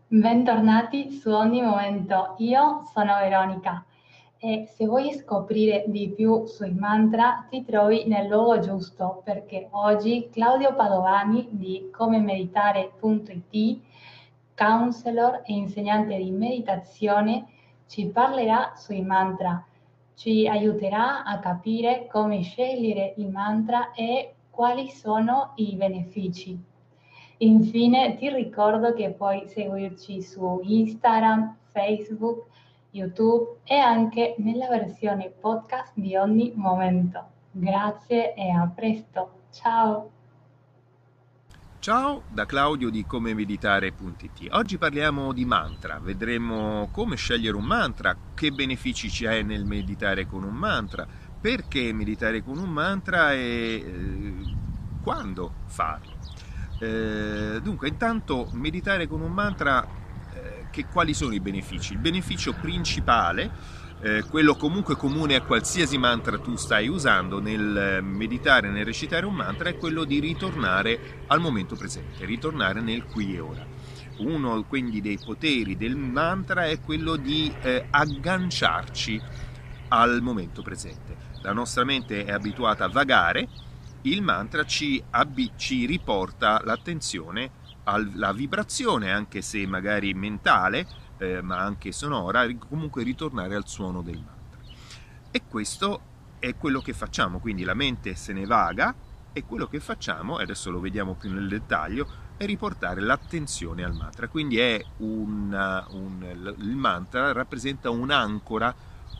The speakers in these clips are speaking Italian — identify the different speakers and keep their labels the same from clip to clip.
Speaker 1: Bentornati su Ogni Momento, io sono Veronica e se vuoi scoprire di più sui mantra ti trovi nel luogo giusto perché oggi Claudio Padovani di comemeditare.it, counselor e insegnante di meditazione, ci parlerà sui mantra, ci aiuterà a capire come scegliere il mantra e quali sono i benefici. Infine ti ricordo che puoi seguirci su Instagram, Facebook, YouTube e anche nella versione podcast di ogni momento. Grazie e a presto. Ciao!
Speaker 2: Ciao da Claudio di comemeditare.it. Oggi parliamo di mantra, vedremo come scegliere un mantra, che benefici c'è nel meditare con un mantra, perché meditare con un mantra e quando farlo. Dunque, intanto meditare con un mantra, quali sono i benefici? Il beneficio principale, quello comunque comune a qualsiasi mantra tu stai usando nel meditare, nel recitare un mantra, è quello di ritornare al momento presente, ritornare nel qui e ora. Uno quindi dei poteri del mantra è quello di agganciarci al momento presente. La nostra mente è abituata a vagare, il mantra ci riporta l'attenzione alla vibrazione, anche se magari mentale, ma anche sonora, comunque ritornare al suono del mantra. E questo è quello che facciamo, quindi la mente se ne vaga e quello che facciamo, e adesso lo vediamo più nel dettaglio, è riportare l'attenzione al mantra. Quindi il mantra rappresenta un'ancora,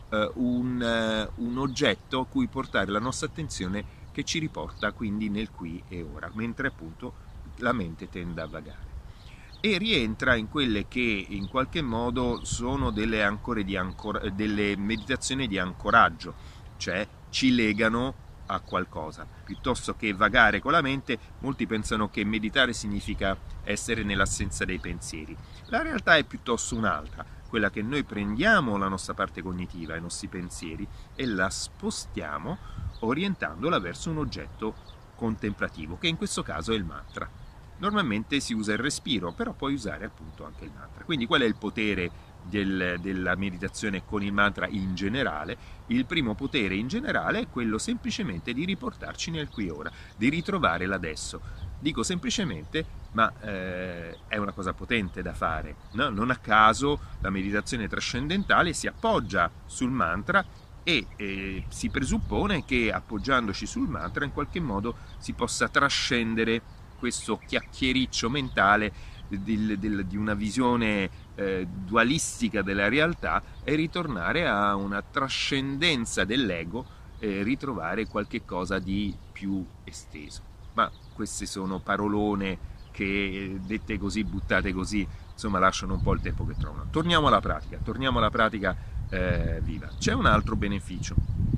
Speaker 2: un oggetto a cui portare la nostra attenzione, che ci riporta quindi nel qui e ora, mentre appunto la mente tende a vagare. E rientra in quelle che in qualche modo sono delle delle meditazioni di ancoraggio, cioè ci legano a qualcosa. Piuttosto che vagare con la mente, molti pensano che meditare significa essere nell'assenza dei pensieri. La realtà è piuttosto un'altra, quella che noi prendiamo la nostra parte cognitiva, i nostri pensieri, e la spostiamo orientandola verso un oggetto contemplativo, che in questo caso è il mantra. Normalmente si usa il respiro, però puoi usare appunto anche il mantra. Quindi qual è il potere della meditazione con il mantra in generale? Il primo potere in generale è quello semplicemente di riportarci nel qui e ora, di ritrovare l'adesso. Dico semplicemente, ma è una cosa potente da fare, no? Non a caso la meditazione trascendentale si appoggia sul mantra e si presuppone che appoggiandoci sul mantra in qualche modo si possa trascendere questo chiacchiericcio mentale di una visione dualistica della realtà e ritornare a una trascendenza dell'ego e ritrovare qualche cosa di più esteso. Ma queste sono parolone che dette così, buttate così, insomma lasciano un po' il tempo che trovano. Torniamo alla pratica viva. C'è un altro beneficio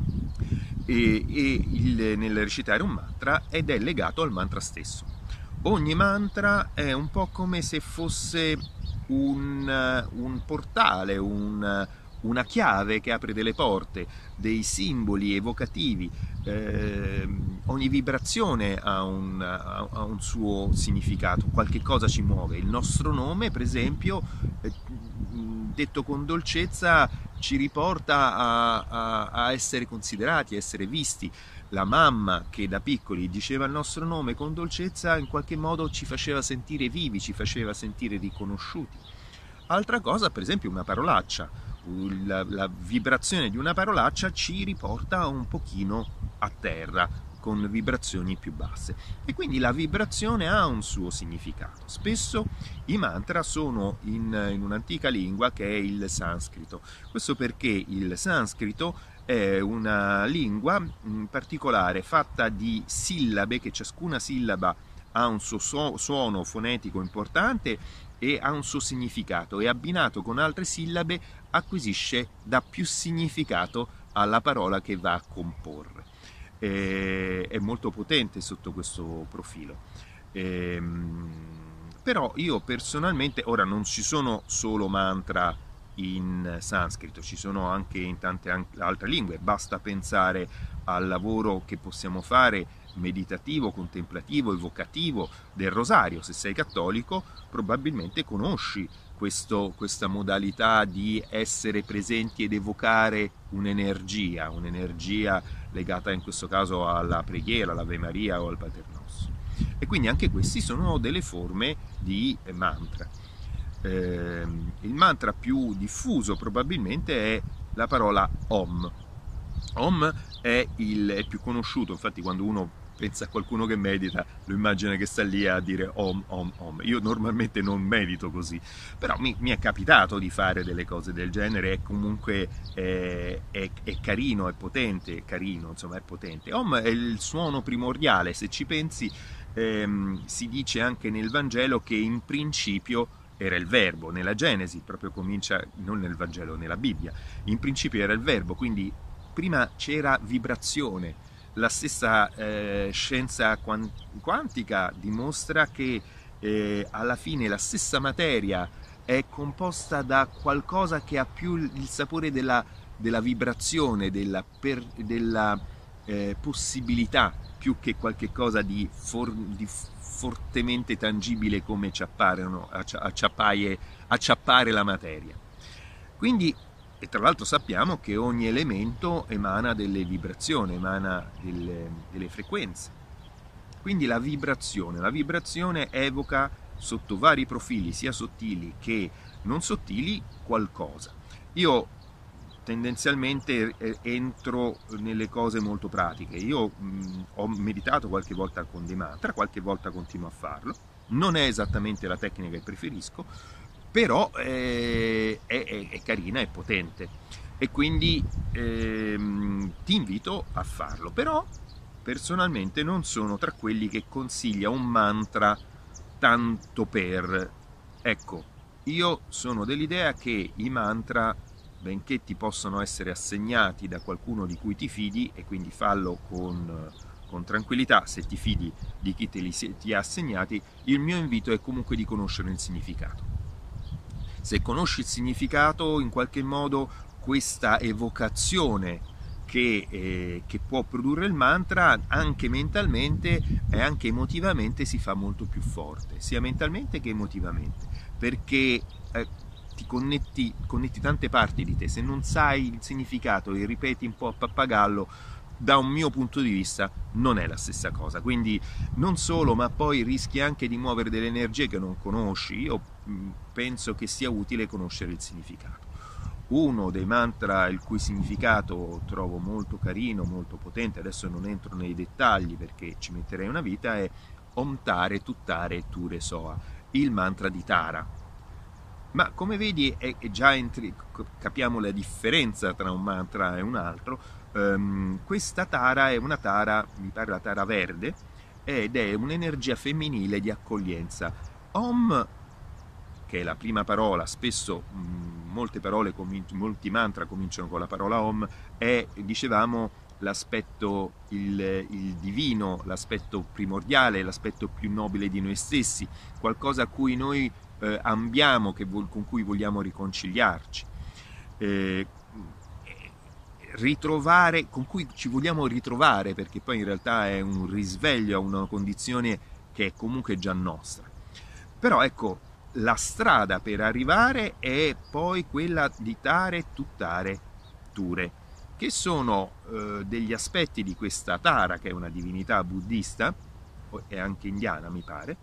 Speaker 2: nel recitare un mantra, ed è legato al mantra stesso. Ogni mantra è un po' come se fosse un portale, una chiave che apre delle porte, dei simboli evocativi. Ogni vibrazione ha un suo significato, qualche cosa ci muove. Il nostro nome, per esempio, detto con dolcezza, ci riporta a essere considerati, a essere visti. La mamma che da piccoli diceva il nostro nome con dolcezza in qualche modo ci faceva sentire vivi, ci faceva sentire riconosciuti. Altra cosa, per esempio, una parolaccia. La vibrazione di una parolaccia ci riporta un pochino a terra, con vibrazioni più basse, e quindi la vibrazione ha un suo significato. Spesso i mantra sono in un'antica lingua che è il sanscrito. Questo perché il sanscrito è una lingua particolare, fatta di sillabe, che ciascuna sillaba ha un suo suono fonetico importante e ha un suo significato, e abbinato con altre sillabe dà più significato alla parola che va a comporre. È molto potente sotto questo profilo. Però io personalmente, ora non ci sono solo mantra in sanscrito, ci sono anche in tante altre lingue, basta pensare al lavoro che possiamo fare meditativo, contemplativo, evocativo del rosario. Se sei cattolico probabilmente conosci questa modalità di essere presenti ed evocare un'energia legata in questo caso alla preghiera, all'Ave Maria o al Pater Nostro. E quindi anche questi sono delle forme di mantra. Il mantra più diffuso probabilmente è la parola Om. Om è il più conosciuto, infatti quando uno pensa a qualcuno che medita lo immagina che sta lì a dire Om, Om, Om. Io normalmente non medito così, però mi è capitato di fare delle cose del genere, e comunque è carino, è potente, è potente. Om è il suono primordiale, se ci pensi si dice anche nel Vangelo che in principio era il verbo, nella Genesi proprio comincia, non nel Vangelo, nella Bibbia, in principio era il verbo, quindi prima c'era vibrazione. La stessa scienza quantica dimostra che alla fine la stessa materia è composta da qualcosa che ha più il sapore della vibrazione, della possibilità, più che qualche cosa di fortemente tangibile come acciappare la materia. Quindi, e tra l'altro sappiamo che ogni elemento emana delle vibrazioni, emana delle frequenze. Quindi la vibrazione evoca sotto vari profili, sia sottili che non sottili, qualcosa. Io tendenzialmente entro nelle cose molto pratiche. Io ho meditato qualche volta con dei mantra, qualche volta continuo a farlo. Non è esattamente la tecnica che preferisco, però è carina, è potente, e quindi ti invito a farlo. Però personalmente non sono tra quelli che consiglia un mantra tanto per. Ecco, io sono dell'idea che i mantra, benché ti possono essere assegnati da qualcuno di cui ti fidi, e quindi fallo con tranquillità se ti fidi di chi ti ha assegnati, il mio invito è comunque di conoscere il significato. Se conosci il significato, in qualche modo questa evocazione che può produrre il mantra, anche mentalmente e anche emotivamente, si fa molto più forte, sia mentalmente che emotivamente, perché ti connetti tante parti di te. Se non sai il significato e ripeti un po' a pappagallo, da un mio punto di vista non è la stessa cosa. Quindi non solo, ma poi rischi anche di muovere delle energie che non conosci. Io penso che sia utile conoscere il significato. Uno dei mantra il cui significato trovo molto carino, molto potente, adesso non entro nei dettagli perché ci metterei una vita, è Om Tare Tuttare Ture Soa, il mantra di Tara. Ma come vedi capiamo la differenza tra un mantra e un altro. Questa Tara è una Tara, mi pare la Tara verde, ed è un'energia femminile di accoglienza. Om, che è la prima parola, spesso molti mantra cominciano con la parola Om, è, dicevamo, l'aspetto il divino, l'aspetto primordiale, l'aspetto più nobile di noi stessi, qualcosa a cui noi ambiamo, con cui vogliamo riconciliarci, con cui ci vogliamo ritrovare, perché poi in realtà è un risveglio a una condizione che è comunque già nostra. Però ecco, la strada per arrivare è poi quella di Tare Tuttare Ture, che sono degli aspetti di questa Tara, che è una divinità buddista e anche indiana mi pare,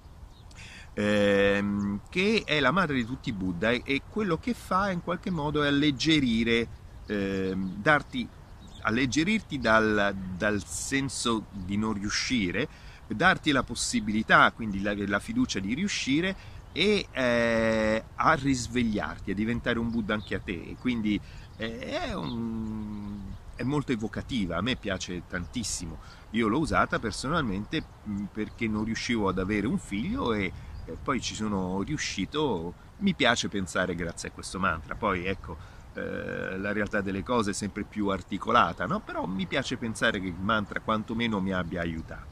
Speaker 2: che è la madre di tutti i Buddha, e quello che fa in qualche modo è alleggerirti dal senso di non riuscire, darti la possibilità, quindi la fiducia di riuscire, e a risvegliarti, a diventare un Buddha anche a te. E quindi è molto evocativa, a me piace tantissimo. Io l'ho usata personalmente perché non riuscivo ad avere un figlio, e poi ci sono riuscito. Mi piace pensare grazie a questo mantra. Poi ecco, la realtà delle cose è sempre più articolata, no? Però mi piace pensare che il mantra quantomeno mi abbia aiutato.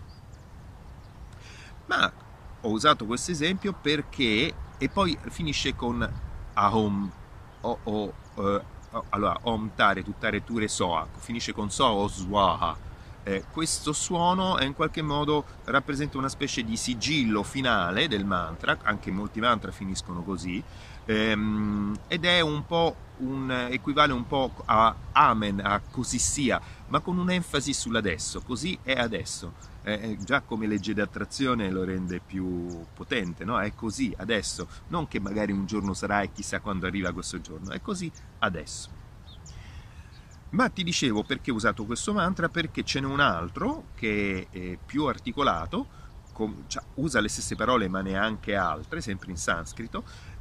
Speaker 2: Ma ho usato questo esempio perché, e poi finisce con Ahom, allora Om Tare Tuttare Ture Soa, finisce con So o Swaha, questo suono in qualche modo rappresenta una specie di sigillo finale del mantra, anche molti mantra finiscono così, ed è un po' equivale un po' a amen, a così sia, ma con un'enfasi sull'adesso, così è adesso. Già come legge d'attrazione lo rende più potente, no? È così adesso, non che magari un giorno sarà e chissà quando arriva questo giorno, è così adesso. Ma ti dicevo perché ho usato questo mantra, perché ce n'è un altro che è più articolato, cioè, usa le stesse parole ma neanche altre, sempre in sanscrito,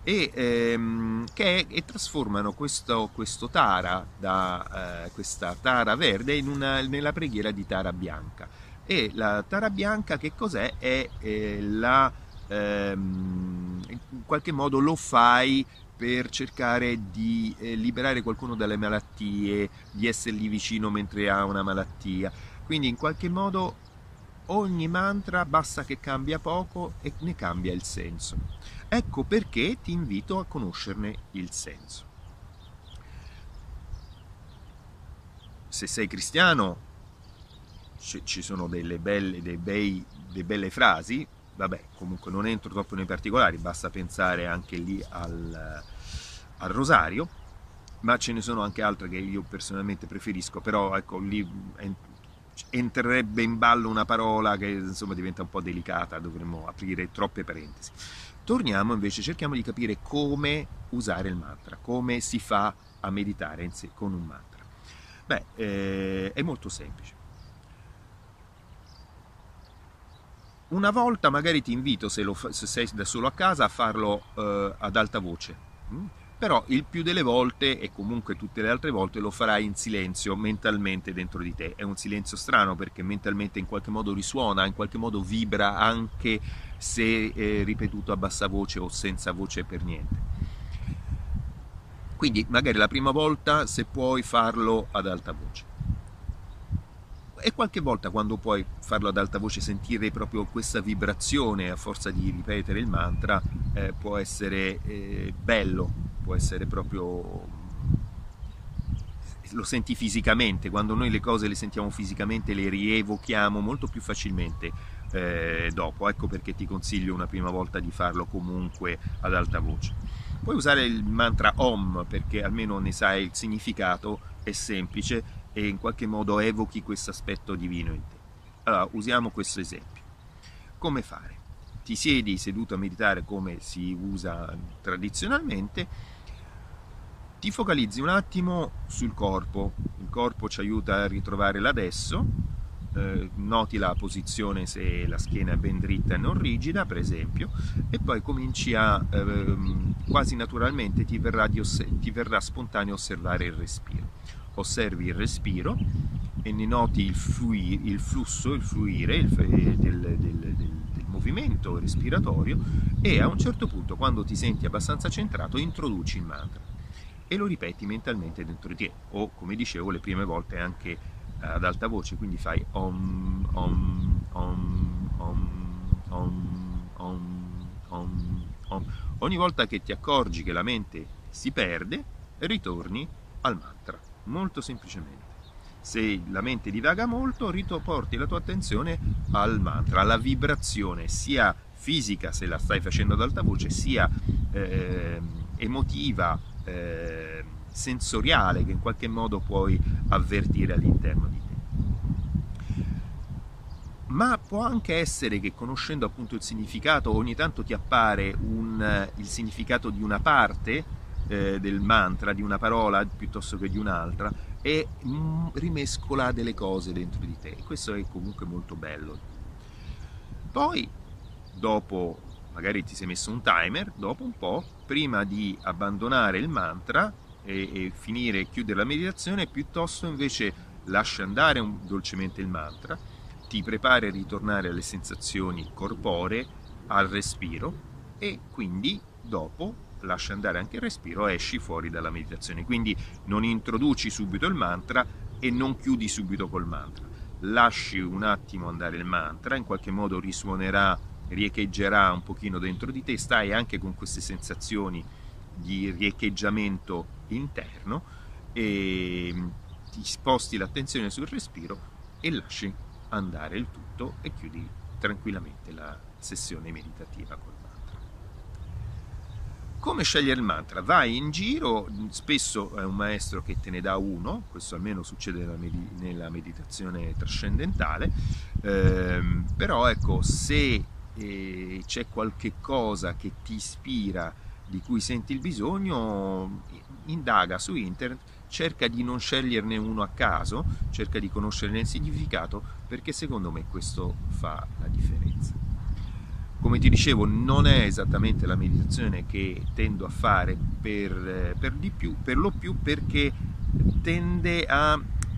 Speaker 2: e trasformano questo Tara, questa Tara verde, nella preghiera di Tara bianca. E la Tara bianca che cos'è? In qualche modo lo fai per cercare di liberare qualcuno dalle malattie, di essergli vicino mentre ha una malattia. Quindi in qualche modo ogni mantra basta che cambia poco e ne cambia il senso. Ecco perché ti invito a conoscerne il senso. Se sei cristiano ci sono delle belle frasi. Vabbè, comunque non entro troppo nei particolari, basta pensare anche lì al rosario, ma ce ne sono anche altre che io personalmente preferisco, però ecco lì entrerebbe in ballo una parola che insomma diventa un po' delicata, dovremmo aprire troppe parentesi. Torniamo invece, cerchiamo di capire come usare il mantra, come si fa a meditare con un mantra. Beh, è molto semplice. Una volta magari ti invito, se sei da solo a casa, a farlo ad alta voce, però il più delle volte, e comunque tutte le altre volte, lo farai in silenzio mentalmente dentro di te. È un silenzio strano perché mentalmente in qualche modo risuona, in qualche modo vibra, anche se ripetuto a bassa voce o senza voce per niente. Quindi magari la prima volta, se puoi, farlo ad alta voce. E qualche volta, quando puoi farlo ad alta voce, sentire proprio questa vibrazione a forza di ripetere il mantra, può essere bello, può essere proprio... lo senti fisicamente. Quando noi le cose le sentiamo fisicamente, le rievochiamo molto più facilmente dopo. Ecco perché ti consiglio una prima volta di farlo comunque ad alta voce. Puoi usare il mantra Om, perché almeno ne sai il significato, è semplice e in qualche modo evochi questo aspetto divino in te. Allora, usiamo questo esempio. Come fare? Ti siedi seduto a meditare come si usa tradizionalmente, ti focalizzi un attimo sul corpo. Il corpo ci aiuta a ritrovare l'adesso, noti la posizione, se la schiena è ben dritta e non rigida, per esempio, e poi cominci a, quasi naturalmente, ti verrà spontaneo osservare il respiro. Osservi il respiro e ne noti il flusso, il fluire del movimento respiratorio, e a un certo punto, quando ti senti abbastanza centrato, introduci il mantra e lo ripeti mentalmente dentro di te, o come dicevo le prime volte anche ad alta voce, quindi fai om, om, om, om, om, om, om, om. Ogni volta che ti accorgi che la mente si perde, ritorni al mantra. Molto semplicemente. Se la mente divaga molto, porti la tua attenzione al mantra, alla vibrazione, sia fisica se la stai facendo ad alta voce, sia emotiva, sensoriale, che in qualche modo puoi avvertire all'interno di te. Ma può anche essere che, conoscendo appunto il significato, ogni tanto ti appare il significato di una parte del mantra, di una parola piuttosto che di un'altra, e rimescola delle cose dentro di te. Questo è comunque molto bello. Poi, dopo, magari ti sei messo un timer, dopo un po', prima di abbandonare il mantra e finire e chiudere la meditazione, piuttosto invece lascia andare dolcemente il mantra, ti prepari a ritornare alle sensazioni corporee, al respiro, e quindi dopo lascia andare anche il respiro, esci fuori dalla meditazione. Quindi non introduci subito il mantra e non chiudi subito col mantra. Lasci un attimo andare il mantra, in qualche modo risuonerà, riecheggerà un pochino dentro di te, stai anche con queste sensazioni di riecheggiamento interno e ti sposti l'attenzione sul respiro e lasci andare il tutto e chiudi tranquillamente la sessione meditativa col mantra. Come scegliere il mantra? Vai in giro, spesso è un maestro che te ne dà uno, questo almeno succede nella meditazione trascendentale, però ecco, se c'è qualche cosa che ti ispira, di cui senti il bisogno, indaga su internet, cerca di non sceglierne uno a caso, cerca di conoscerne il significato, perché secondo me questo fa la differenza. Come ti dicevo, non è esattamente la meditazione che tendo a fare per lo più perché tende a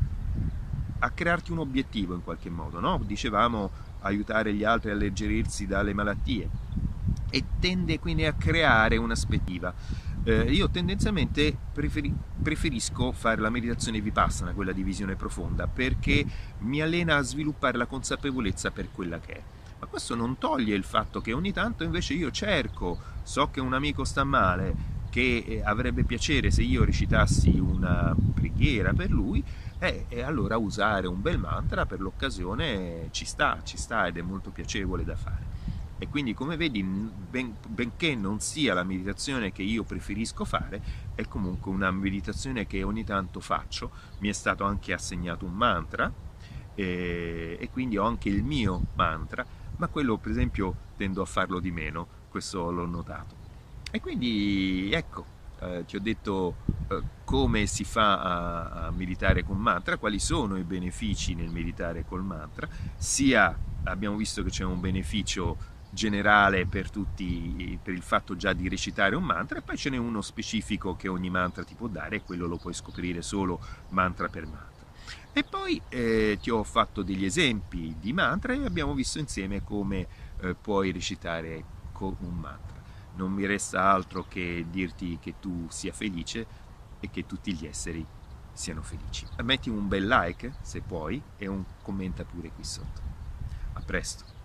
Speaker 2: crearti un obiettivo in qualche modo, no? Dicevamo aiutare gli altri a alleggerirsi dalle malattie, e tende quindi a creare un'aspettativa. Io tendenzialmente preferisco fare la meditazione vipassana, quella di visione profonda, perché mi allena a sviluppare la consapevolezza per quella che è. Ma questo non toglie il fatto che ogni tanto invece io so che un amico sta male, che avrebbe piacere se io recitassi una preghiera per lui, e allora usare un bel mantra per l'occasione ci sta ed è molto piacevole da fare. E quindi, come vedi, benché non sia la meditazione che io preferisco fare, è comunque una meditazione che ogni tanto faccio. Mi è stato anche assegnato un mantra, e quindi ho anche il mio mantra, ma quello per esempio tendo a farlo di meno, questo l'ho notato. E quindi ecco, ti ho detto come si fa a meditare con mantra, quali sono i benefici nel meditare col mantra, sia abbiamo visto che c'è un beneficio generale per tutti, per il fatto già di recitare un mantra, e poi ce n'è uno specifico che ogni mantra ti può dare, e quello lo puoi scoprire solo mantra per mantra. E poi ti ho fatto degli esempi di mantra e abbiamo visto insieme come puoi recitare con un mantra. Non mi resta altro che dirti che tu sia felice e che tutti gli esseri siano felici. Metti un bel like se puoi e commenta pure qui sotto. A presto.